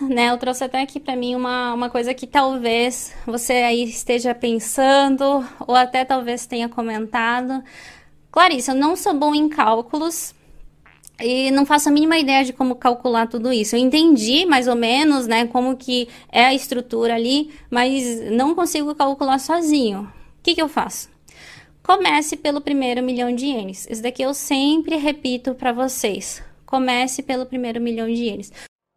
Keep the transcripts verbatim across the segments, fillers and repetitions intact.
né, eu trouxe até aqui para mim uma, uma coisa que talvez você aí esteja pensando, ou até talvez tenha comentado. Clarice, eu não sou bom em cálculos e não faço a mínima ideia de como calcular tudo isso. Eu entendi mais ou menos, né, como que é a estrutura ali, mas não consigo calcular sozinho. O que que eu faço? Comece pelo primeiro milhão de ienes. Isso daqui eu sempre repito para vocês. Comece pelo primeiro milhão de ienes.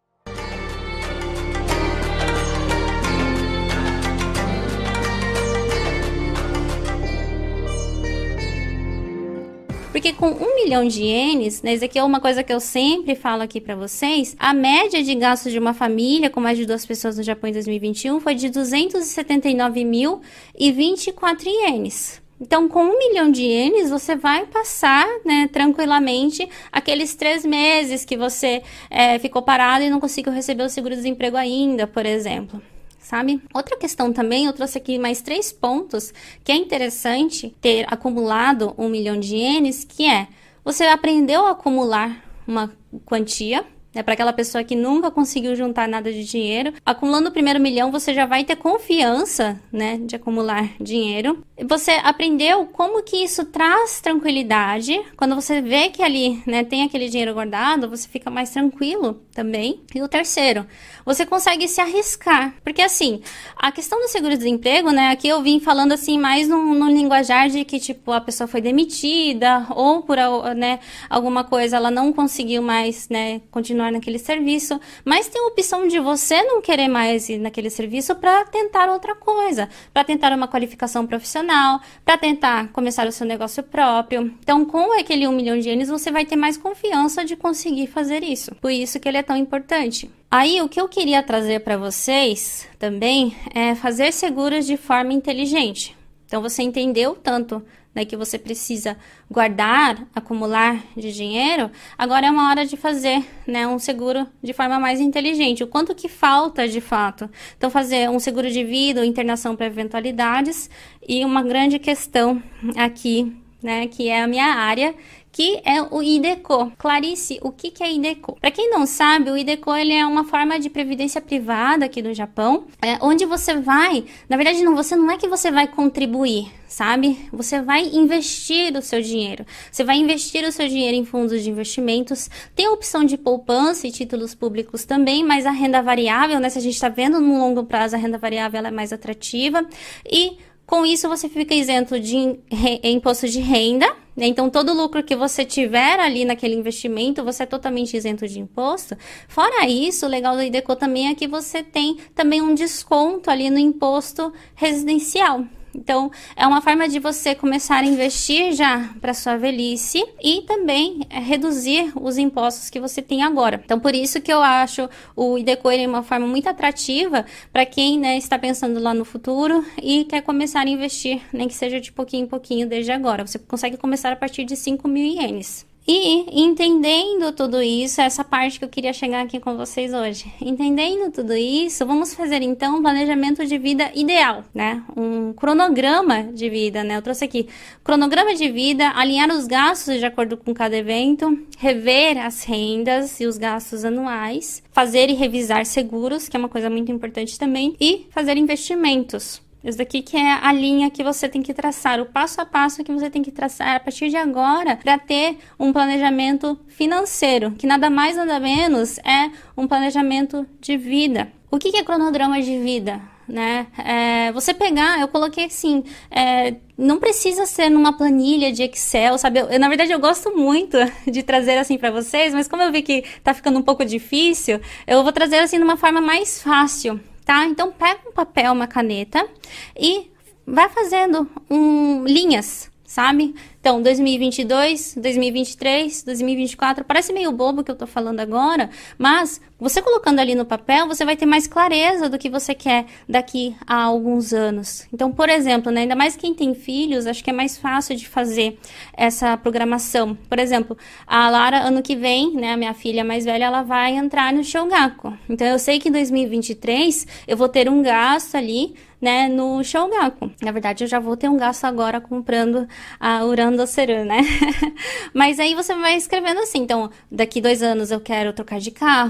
Porque com um milhão de ienes, né, isso aqui é uma coisa que eu sempre falo aqui para vocês, a média de gastos de uma família com mais de duas pessoas no Japão em dois mil e vinte e um foi de duzentos e setenta e nove mil e vinte e quatro ienes. Então, com um milhão de ienes, você vai passar, né, tranquilamente aqueles três meses que você é, ficou parado e não conseguiu receber o seguro-desemprego ainda, por exemplo. Sabe? Outra questão também, eu trouxe aqui mais três pontos que é interessante ter acumulado um milhão de ienes, que é, você aprendeu a acumular uma quantia, né, para aquela pessoa que nunca conseguiu juntar nada de dinheiro. Acumulando o primeiro milhão, você já vai ter confiança, né, de acumular dinheiro. Você aprendeu como que isso traz tranquilidade. Quando você vê que ali, né, tem aquele dinheiro guardado, você fica mais tranquilo também. E o terceiro, você consegue se arriscar. Porque assim, a questão do seguro-desemprego, né, aqui eu vim falando assim mais no, no linguajar de que, tipo, a pessoa foi demitida ou por, né, alguma coisa ela não conseguiu mais, né, continuar naquele serviço, mas tem a opção de você não querer mais ir naquele serviço para tentar outra coisa, para tentar uma qualificação profissional, para tentar começar o seu negócio próprio. Então, com aquele um milhão de ienes, você vai ter mais confiança de conseguir fazer isso. Por isso que ele é tão importante. Aí, o que eu queria trazer para vocês também é fazer seguros de forma inteligente. Então, você entendeu tanto, né, que você precisa guardar, acumular de dinheiro, agora é uma hora de fazer, né, um seguro de forma mais inteligente. O quanto que falta de fato. Então, fazer um seguro de vida ou internação para eventualidades. E uma grande questão aqui, né, que é a minha área, que é o IDECO. Clarice, o que que é IDECO? Para quem não sabe, o IDECO ele é uma forma de previdência privada aqui do Japão, é, onde você vai, na verdade não, você não é que você vai contribuir, sabe? Você vai investir o seu dinheiro. Você vai investir o seu dinheiro em fundos de investimentos. Tem a opção de poupança e títulos públicos também, mas a renda variável, né? Se a gente está vendo no longo prazo, a renda variável ela é mais atrativa. E com isso, você fica isento de imposto de renda, né? Então, todo lucro que você tiver ali naquele investimento, você é totalmente isento de imposto. Fora isso, o legal do IDECO também é que você tem também um desconto ali no imposto residencial. Então, é uma forma de você começar a investir já para sua velhice e também é, reduzir os impostos que você tem agora. Então, por isso que eu acho o IDECO ele, uma forma muito atrativa para quem, né, está pensando lá no futuro e quer começar a investir, nem que seja de pouquinho em pouquinho desde agora. Você consegue começar a partir de cinco mil ienes. E entendendo tudo isso, essa parte que eu queria chegar aqui com vocês hoje. Entendendo tudo isso, vamos fazer então um planejamento de vida ideal, né? Um cronograma de vida, né? Eu trouxe aqui cronograma de vida, alinhar os gastos de acordo com cada evento, rever as rendas e os gastos anuais, fazer e revisar seguros, que é uma coisa muito importante também, e fazer investimentos. Isso daqui que é a linha que você tem que traçar, o passo a passo que você tem que traçar a partir de agora para ter um planejamento financeiro, que nada mais nada menos é um planejamento de vida. O que é cronograma de vida? Né? É, você pegar, eu coloquei assim, é, não precisa ser numa planilha de Excel, sabe? Eu, eu, na verdade, eu gosto muito de trazer assim para vocês, mas como eu vi que tá ficando um pouco difícil, eu vou trazer assim de uma forma mais fácil. Tá? Então, pega um papel, uma caneta e vai fazendo um, linhas, sabe? Então, dois mil e vinte e dois, dois mil e vinte e três, dois mil e vinte e quatro, parece meio bobo o que eu tô falando agora, mas você colocando ali no papel, você vai ter mais clareza do que você quer daqui a alguns anos. Então, por exemplo, né, ainda mais quem tem filhos, acho que é mais fácil de fazer essa programação. Por exemplo, a Lara, ano que vem, né, a minha filha mais velha, ela vai entrar no Shogaku. Então, eu sei que em dois mil e vinte e três eu vou ter um gasto ali, né, no Shogaku. Na verdade, eu já vou ter um gasto agora comprando a Urandoseru, né? Mas aí você vai escrevendo assim, então, daqui dois anos eu quero trocar de carro,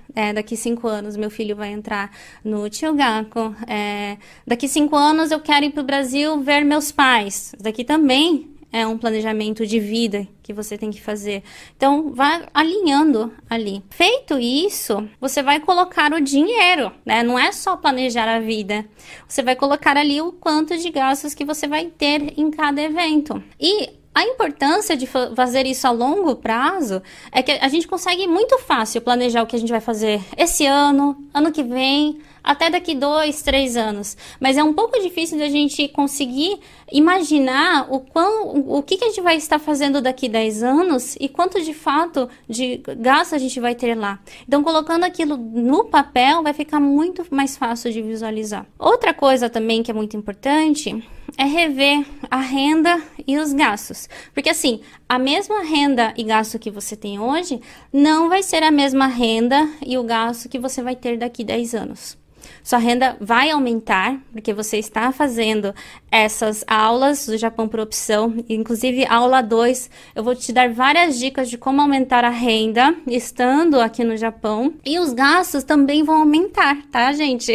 É, daqui cinco anos meu filho vai entrar no Chogaku. É, daqui cinco anos eu quero ir para o Brasil ver meus pais. Daqui também é um planejamento de vida que você tem que fazer. Então, vai alinhando ali. Feito isso, você vai colocar o dinheiro, né? Não é só planejar a vida. Você vai colocar ali o quanto de gastos que você vai ter em cada evento. E a importância de fazer isso a longo prazo é que a gente consegue muito fácil planejar o que a gente vai fazer esse ano, ano que vem, até daqui dois, três anos. Mas é um pouco difícil da gente conseguir imaginar o, quão, o que, que a gente vai estar fazendo daqui dez anos e quanto de fato de gasto a gente vai ter lá. Então, colocando aquilo no papel vai ficar muito mais fácil de visualizar. Outra coisa também que é muito importante é rever a renda e os gastos. Porque assim, a mesma renda e gasto que você tem hoje não vai ser a mesma renda e o gasto que você vai ter daqui dez anos. Sua renda vai aumentar, porque você está fazendo essas aulas do Japão por opção. Inclusive, aula dois, eu vou te dar várias dicas de como aumentar a renda estando aqui no Japão. E os gastos também vão aumentar, tá, gente?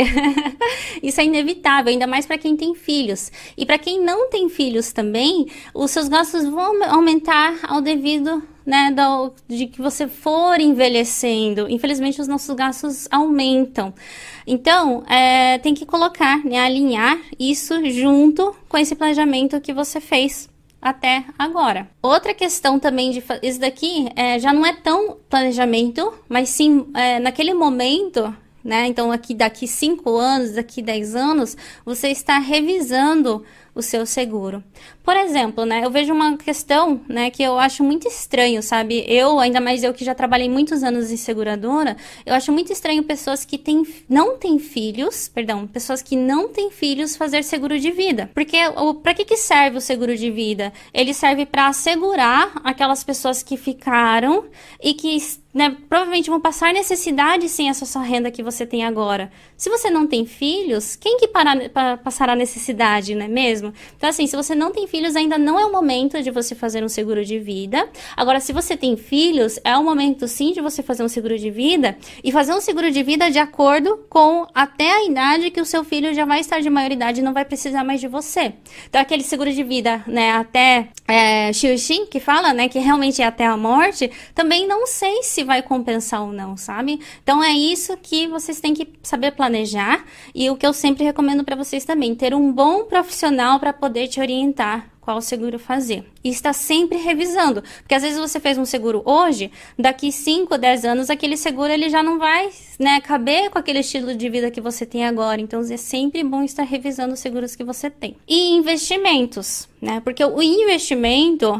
Isso é inevitável, ainda mais para quem tem filhos. E para quem não tem filhos também, os seus gastos vão aumentar ao devido, né, do, de que você for envelhecendo. Infelizmente, os nossos gastos aumentam. Então, é, tem que colocar, né, alinhar isso junto com esse planejamento que você fez até agora. Outra questão também de isso daqui é, já não é tão planejamento, mas sim é, naquele momento, né? Então, aqui daqui cinco anos, daqui dez anos, você está revisando o seu seguro. Por exemplo, né, eu vejo uma questão, né, que eu acho muito estranho, sabe? Eu, ainda mais eu que já trabalhei muitos anos em seguradora, eu acho muito estranho pessoas que têm, não têm filhos, perdão, pessoas que não têm filhos fazer seguro de vida. Porque para que que serve o seguro de vida? Ele serve para assegurar aquelas pessoas que ficaram e que, né, provavelmente vão passar necessidade sem essa sua renda que você tem agora. Se você não tem filhos, quem que para, para passará necessidade, não é mesmo? Então, assim, se você não tem filhos, ainda não é o momento de você fazer um seguro de vida. Agora, se você tem filhos, é o momento, sim, de você fazer um seguro de vida e fazer um seguro de vida de acordo com até a idade que o seu filho já vai estar de maioridade e não vai precisar mais de você. Então, aquele seguro de vida, né, até é, Shiushin, que fala, né, que realmente é até a morte, também não sei se vai compensar ou não, sabe? Então, é isso que vocês têm que saber planejar e o que eu sempre recomendo para vocês também, ter um bom profissional para poder te orientar qual seguro fazer. E está sempre revisando, porque às vezes você fez um seguro hoje, daqui cinco, dez anos, aquele seguro ele já não vai, né, caber com aquele estilo de vida que você tem agora. Então, é sempre bom estar revisando os seguros que você tem. E investimentos, né? Porque o investimento,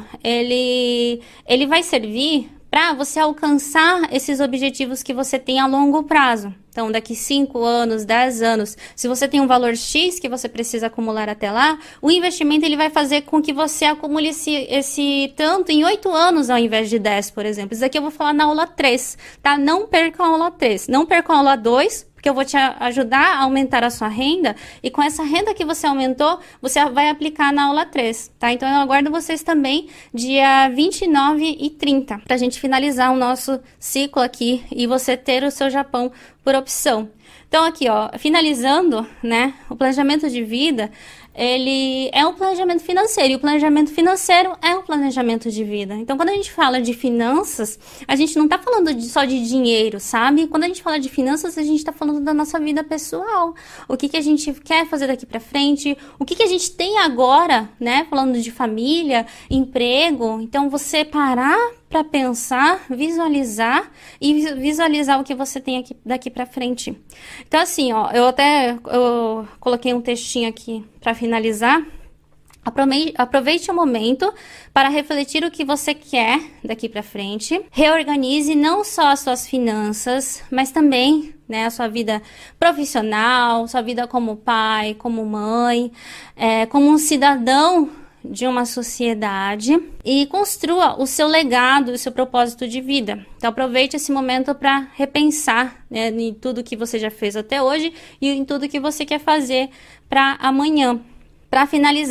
ele, ele vai servir para você alcançar esses objetivos que você tem a longo prazo. Então, daqui cinco anos, dez anos, se você tem um valor X que você precisa acumular até lá, o investimento ele vai fazer com que você acumule esse, esse tanto em oito anos ao invés de dez, por exemplo. Isso aqui eu vou falar na aula três, tá? Não percam a aula três, não percam a aula dois, porque eu vou te ajudar a aumentar a sua renda, e com essa renda que você aumentou, você vai aplicar na aula três, tá? Então, eu aguardo vocês também dia vinte e nove e trinta, pra gente finalizar o nosso ciclo aqui e você ter o seu Japão por opção. Então, aqui, ó, finalizando, né, o planejamento de vida, ele é um planejamento financeiro, e o planejamento financeiro é um planejamento de vida. Então, quando a gente fala de finanças, a gente não tá falando de, só de dinheiro, sabe? Quando a gente fala de finanças, a gente tá falando da nossa vida pessoal. O que que a gente quer fazer daqui pra frente, o que que a gente tem agora, né? Falando de família, emprego. Então, você parar para pensar, visualizar e visualizar o que você tem aqui daqui para frente. Então, assim, ó, eu até eu coloquei um textinho aqui para finalizar. Aproveite o momento para refletir o que você quer daqui para frente. Reorganize não só as suas finanças, mas também, né, a sua vida profissional, sua vida como pai, como mãe, é, como um cidadão de uma sociedade, e construa o seu legado, o seu propósito de vida. Então, aproveite esse momento para repensar, né, em tudo que você já fez até hoje e em tudo que você quer fazer para amanhã. Para finalizar,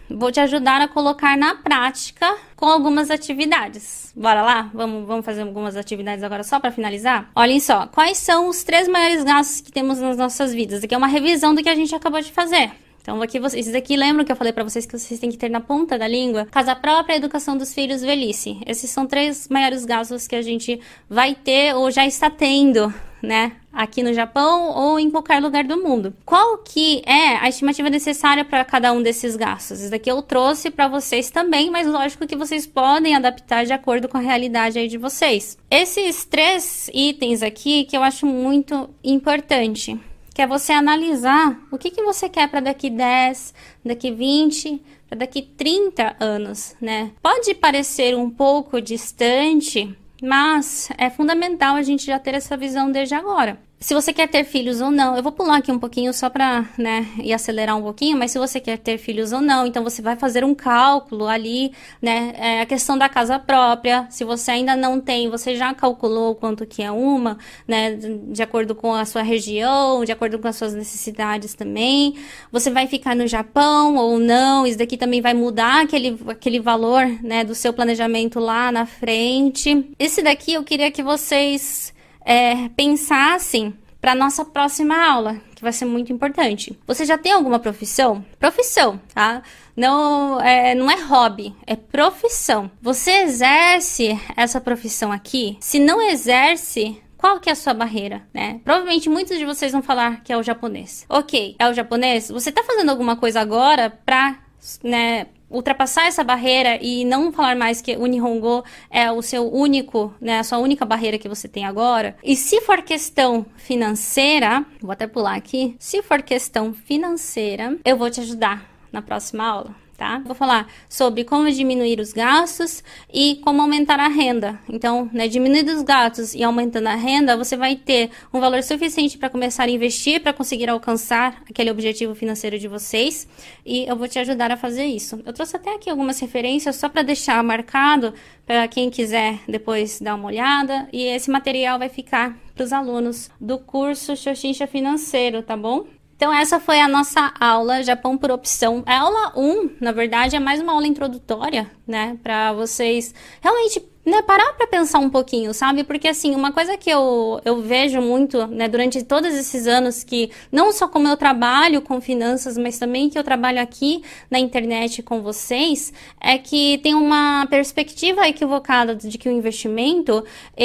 vou te ajudar a colocar na prática com algumas atividades. Bora lá? Vamos, vamos fazer algumas atividades agora só para finalizar? Olhem só, quais são os três maiores gastos que temos nas nossas vidas? Aqui é uma revisão do que a gente acabou de fazer. Então, aqui vocês, esses aqui, lembram que eu falei pra vocês que vocês têm que ter na ponta da língua? Casa própria, educação dos filhos, velhice. Esses são três maiores gastos que a gente vai ter ou já está tendo, né? Aqui no Japão ou em qualquer lugar do mundo. Qual que é a estimativa necessária para cada um desses gastos? Isso daqui eu trouxe para vocês também, mas lógico que vocês podem adaptar de acordo com a realidade aí de vocês. Esses três itens aqui que eu acho muito importante, que é você analisar o que, que você quer para daqui dez, daqui vinte, para daqui trinta anos, né? Pode parecer um pouco distante, mas é fundamental a gente já ter essa visão desde agora. Se você quer ter filhos ou não, eu vou pular aqui um pouquinho só para, né, e acelerar um pouquinho, mas se você quer ter filhos ou não, então você vai fazer um cálculo ali, né, é a questão da casa própria. Se você ainda não tem, você já calculou quanto que é uma, né, de acordo com a sua região, de acordo com as suas necessidades também. Você vai ficar no Japão ou não, isso daqui também vai mudar aquele, aquele valor, né, do seu planejamento lá na frente. Esse daqui eu queria que vocês É, pensassem para nossa próxima aula, que vai ser muito importante. Você já tem alguma profissão? Profissão, tá? Não é, não é hobby, é profissão. Você exerce essa profissão aqui? Se não exerce, qual que é a sua barreira, né? Provavelmente muitos de vocês vão falar que é o japonês. Ok, é o japonês? Você tá fazendo alguma coisa agora para, né, ultrapassar essa barreira e não falar mais que o Nihongo é o seu único, né, a sua única barreira que você tem agora? E se for questão financeira, vou até pular aqui, se for questão financeira, eu vou te ajudar na próxima aula, tá? Vou falar sobre como diminuir os gastos e como aumentar a renda. Então, né, diminuindo os gastos e aumentando a renda, você vai ter um valor suficiente para começar a investir, para conseguir alcançar aquele objetivo financeiro de vocês. E eu vou te ajudar a fazer isso. Eu trouxe até aqui algumas referências só para deixar marcado para quem quiser depois dar uma olhada. E esse material vai ficar para os alunos do curso Shoshinsha Financeiro, tá bom? Então, essa foi a nossa aula Japão por Opção. A aula um, na verdade, é mais uma aula introdutória, né? Para vocês realmente, né, parar para pensar um pouquinho, sabe? Porque, assim, uma coisa que eu, eu vejo muito, né, durante todos esses anos, que não só como eu trabalho com finanças, mas também que eu trabalho aqui na internet com vocês, é que tem uma perspectiva equivocada de que o investimento,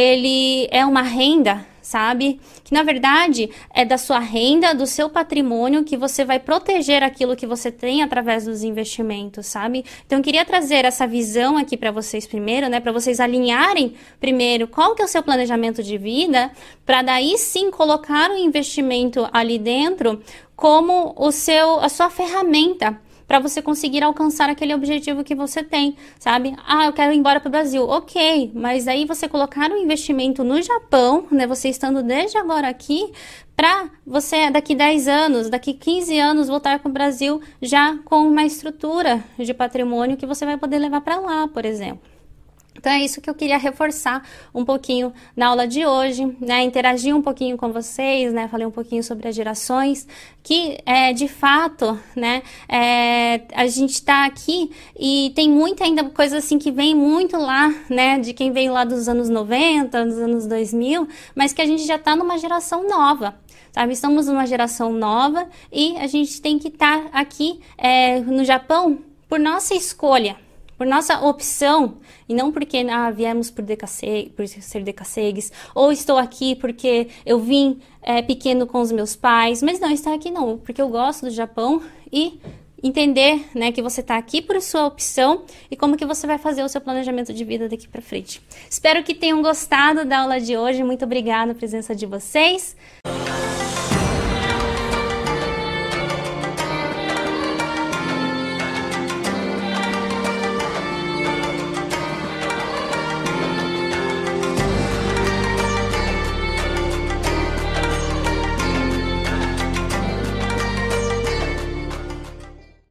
ele é uma renda, sabe? Que na verdade é da sua renda, do seu patrimônio, que você vai proteger aquilo que você tem através dos investimentos, sabe? Então eu queria trazer essa visão aqui para vocês primeiro, né? Para vocês alinharem primeiro qual que é o seu planejamento de vida, para daí sim colocar o investimento ali dentro como o seu, a sua ferramenta para você conseguir alcançar aquele objetivo que você tem, sabe? Ah, eu quero ir embora para o Brasil. Ok, mas aí você colocar o investimento no Japão, né? Você estando desde agora aqui, para você daqui dez anos, daqui quinze anos voltar para o Brasil já com uma estrutura de patrimônio que você vai poder levar para lá, por exemplo. Então é isso que eu queria reforçar um pouquinho na aula de hoje, né? Interagir um pouquinho com vocês, né? Falei um pouquinho sobre as gerações, que é, de fato, né? É, a gente está aqui e tem muita ainda coisa assim que vem muito lá, né? De quem veio lá dos anos noventa, dos anos dois mil, mas que a gente já está numa geração nova. Sabe? Estamos numa geração nova e a gente tem que estar tá aqui é, no Japão por nossa escolha, por nossa opção, e não porque ah, viemos por, decaseg, por ser decassegues, ou estou aqui porque eu vim é, pequeno com os meus pais, mas não, estar aqui não, porque eu gosto do Japão e entender, né, que você está aqui por sua opção e como que você vai fazer o seu planejamento de vida daqui para frente. Espero que tenham gostado da aula de hoje, muito obrigada pela presença de vocês.